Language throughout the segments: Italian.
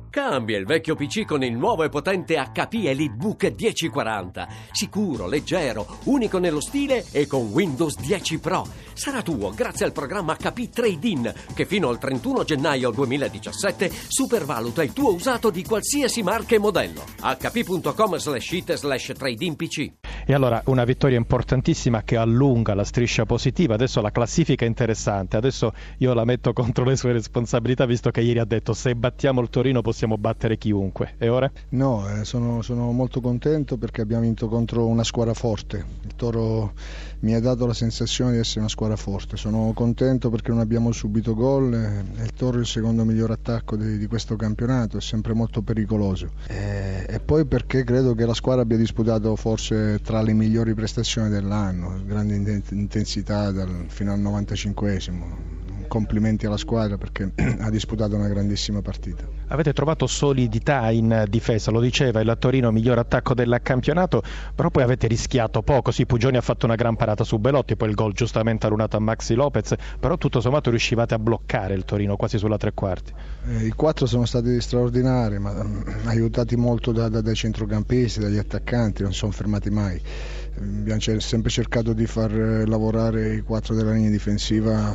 Cambia il vecchio PC con il nuovo e potente HP EliteBook 1040. Sicuro, leggero, unico nello stile e con Windows 10 Pro. Sarà tuo grazie al programma HP Trade-in, che fino al 31 gennaio 2017 supervaluta il tuo usato di qualsiasi marca e modello. hp.com/it/trade-in-PC. E allora una vittoria importantissima che allunga la striscia positiva. Adesso la classifica è interessante. Adesso io la metto contro le sue responsabilità, visto che ieri ha detto se battiamo il Torino possiamo battere chiunque. E ora? No, sono molto contento perché abbiamo vinto contro una squadra forte. Il Toro mi ha dato la sensazione di essere una squadra forte. Sono contento perché non abbiamo subito gol. Il Toro è il secondo miglior attacco di questo campionato, è sempre molto pericoloso. E poi perché credo che la squadra abbia disputato forse tra le migliori prestazioni dell'anno, grande intensità fino al 95esimo. Complimenti alla squadra perché ha disputato una grandissima partita. Avete trovato solidità in difesa, lo diceva il Torino miglior attacco del campionato, però poi avete rischiato poco. Sì, Pugioni ha fatto una gran parata su Belotti, poi il gol giustamente annullato a Maxi Lopez, però tutto sommato riuscivate a bloccare il Torino quasi sulla tre quarti. I 4 sono stati straordinari, ma aiutati molto dai centrocampisti, dagli attaccanti, non sono fermati mai. Abbiamo sempre cercato di far lavorare i 4 della linea difensiva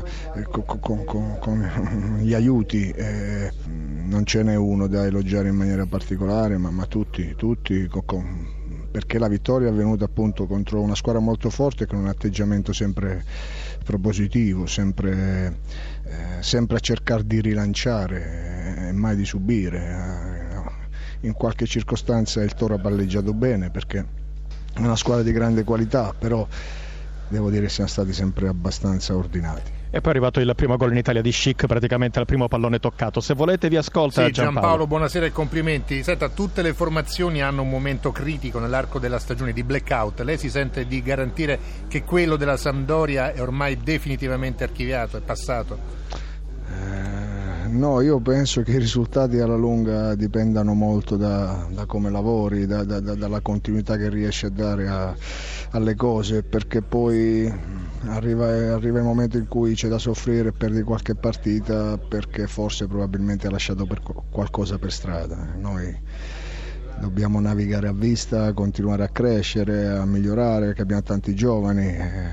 con gli aiuti. Non ce n'è uno da elogiare in maniera particolare, ma tutti perché la vittoria è avvenuta appunto contro una squadra molto forte con un atteggiamento sempre propositivo, sempre a cercare di rilanciare e mai di subire. In qualche circostanza il Toro ha palleggiato bene perché è una squadra di grande qualità, però devo dire che siamo stati sempre abbastanza ordinati. E poi è arrivato il primo gol in Italia di Schick, praticamente al primo pallone toccato. Se volete vi ascolta sì, Giampaolo, buonasera e complimenti. Senta, tutte le formazioni hanno un momento critico nell'arco della stagione di blackout. Lei si sente di garantire che quello della Sampdoria è ormai definitivamente archiviato, è passato? No, io penso che i risultati alla lunga dipendano molto da come lavori, dalla continuità che riesci a dare alle cose, perché poi arriva il momento in cui c'è da soffrire e perdi qualche partita perché forse probabilmente ha lasciato qualcosa per strada. Noi dobbiamo navigare a vista, continuare a crescere, a migliorare, perché abbiamo tanti giovani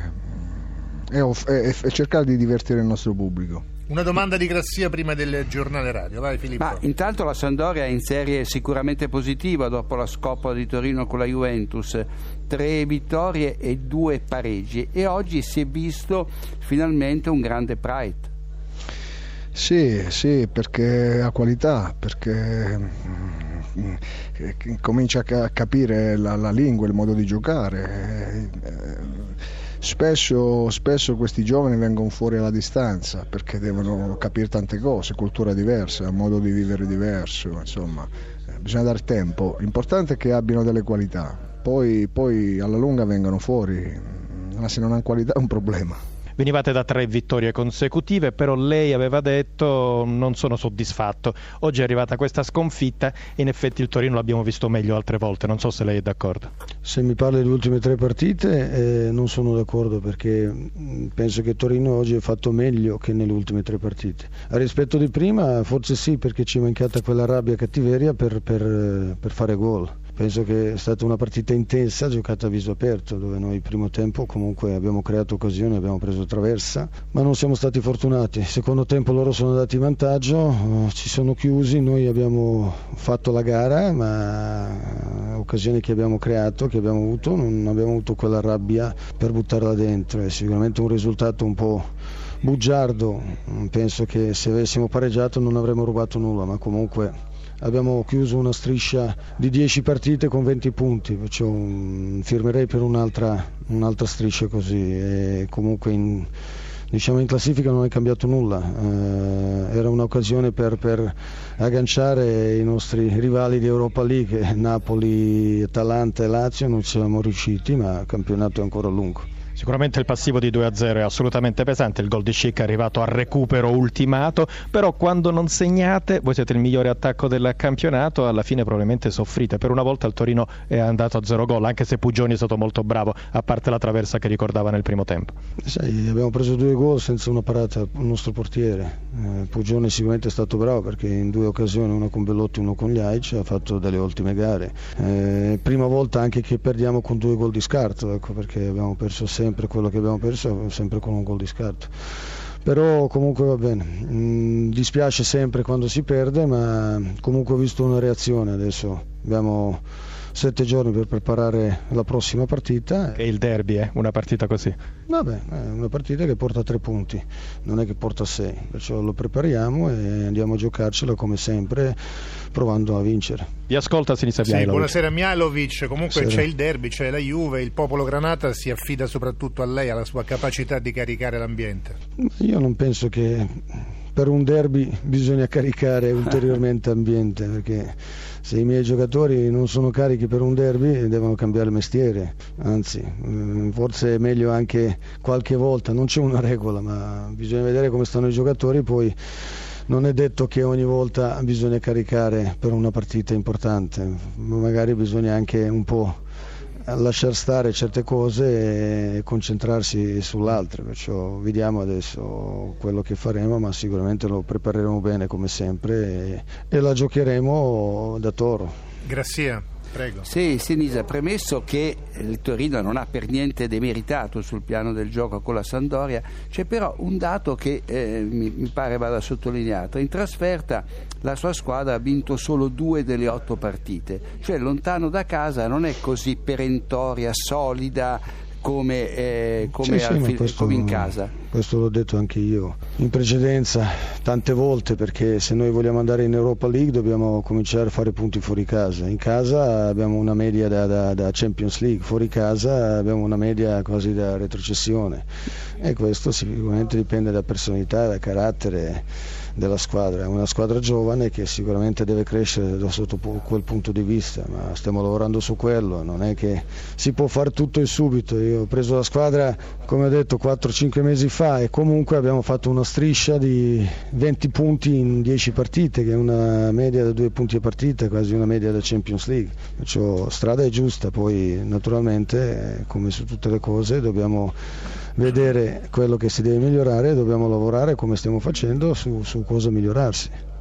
e cercare di divertire il nostro pubblico. Una domanda di Grassia prima del giornale radio, vai Filippo. Ma intanto la Sampdoria è in serie sicuramente positiva dopo la scopa di Torino con la Juventus, 3 vittorie e 2 pareggi, e oggi si è visto finalmente un grande Pride. Sì, perché ha qualità, perché comincia a capire la lingua, il modo di giocare. Spesso questi giovani vengono fuori alla distanza perché devono capire tante cose, cultura diversa, modo di vivere diverso, insomma, bisogna dare tempo. L'importante è che abbiano delle qualità, poi alla lunga vengono fuori, ma se non hanno qualità è un problema. Venivate da 3 vittorie consecutive, però lei aveva detto non sono soddisfatto. Oggi è arrivata questa sconfitta e in effetti il Torino l'abbiamo visto meglio altre volte, non so se lei è d'accordo. Se mi parli delle ultime 3 partite non sono d'accordo, perché penso che Torino oggi ha fatto meglio che nelle ultime 3 partite. A rispetto di prima forse sì, perché ci è mancata quella rabbia e cattiveria per fare gol. Penso che è stata una partita intensa, giocata a viso aperto, dove noi il primo tempo comunque abbiamo creato occasioni, abbiamo preso traversa, ma non siamo stati fortunati. Il secondo tempo loro sono andati in vantaggio, ci sono chiusi, noi abbiamo fatto la gara, ma occasioni che abbiamo creato, che abbiamo avuto, non abbiamo avuto quella rabbia per buttarla dentro. È sicuramente un risultato un po' bugiardo, penso che se avessimo pareggiato non avremmo rubato nulla, ma comunque abbiamo chiuso una striscia di 10 partite con 20 punti, perciò firmerei per un'altra striscia così, e comunque in classifica non è cambiato nulla. Era un'occasione per agganciare i nostri rivali di Europa League, Napoli, Atalanta e Lazio, non ci siamo riusciti, ma il campionato è ancora lungo. Sicuramente il passivo di 2-0 è assolutamente pesante, il gol di Schick è arrivato al recupero ultimato, però quando non segnate, voi siete il migliore attacco del campionato, alla fine probabilmente soffrite. Per una volta il Torino è andato a 0 gol, anche se Pugioni è stato molto bravo, a parte la traversa che ricordava nel primo tempo. Sai, abbiamo preso 2 gol senza una parata al nostro portiere. Pugioni sicuramente è stato bravo perché in 2 occasioni, una con Bellotti e una con Ljajic, ha fatto delle ottime gare. Prima volta anche che perdiamo con 2 gol di scarto, ecco, perché abbiamo perso sempre quello che abbiamo perso, sempre con un gol di scarto. Però comunque va bene, dispiace sempre quando si perde, ma comunque ho visto una reazione. Adesso abbiamo 7 giorni per preparare la prossima partita. Che è il derby, una partita così. Vabbè, è una partita che porta 3 punti, non è che porta 6, perciò lo prepariamo e andiamo a giocarcela come sempre, provando a vincere. Vi ascolta Sinisa Mihajlovic. Buonasera Mihajlovic, comunque c'è il derby, c'è la Juve, il popolo granata si affida soprattutto a lei, alla sua capacità di caricare l'ambiente. Io non penso che per un derby bisogna caricare ulteriormente ambiente, perché se i miei giocatori non sono carichi per un derby devono cambiare mestiere, anzi forse è meglio anche qualche volta, non c'è una regola, ma bisogna vedere come stanno i giocatori, poi non è detto che ogni volta bisogna caricare per una partita importante, magari bisogna anche un po' lasciar stare certe cose e concentrarsi sull'altre, perciò vediamo adesso quello che faremo, ma sicuramente lo prepareremo bene come sempre e la giocheremo da toro. Grassia, prego. Sì, Sinisa, premesso che il Torino non ha per niente demeritato sul piano del gioco con la Sampdoria, c'è però un dato che mi pare vada sottolineato. In trasferta la sua squadra ha vinto solo 2 delle 8 partite, cioè lontano da casa non è così perentoria, solida come in casa. Questo l'ho detto anche io in precedenza tante volte, perché se noi vogliamo andare in Europa League dobbiamo cominciare a fare punti fuori casa. In casa abbiamo una media da Champions League, fuori casa abbiamo una media quasi da retrocessione, e questo sicuramente dipende da personalità, da carattere della squadra. È una squadra giovane che sicuramente deve crescere da sotto quel punto di vista, ma stiamo lavorando su quello, non è che si può fare tutto e subito. Io ho preso la squadra, come ho detto, 4-5 mesi fa, e comunque abbiamo fatto una striscia di 20 punti in 10 partite, che è una media da 2 punti a partita, quasi una media da Champions League. Perciò strada è giusta, poi naturalmente come su tutte le cose dobbiamo vedere quello che si deve migliorare, dobbiamo lavorare come stiamo facendo su cosa migliorarsi.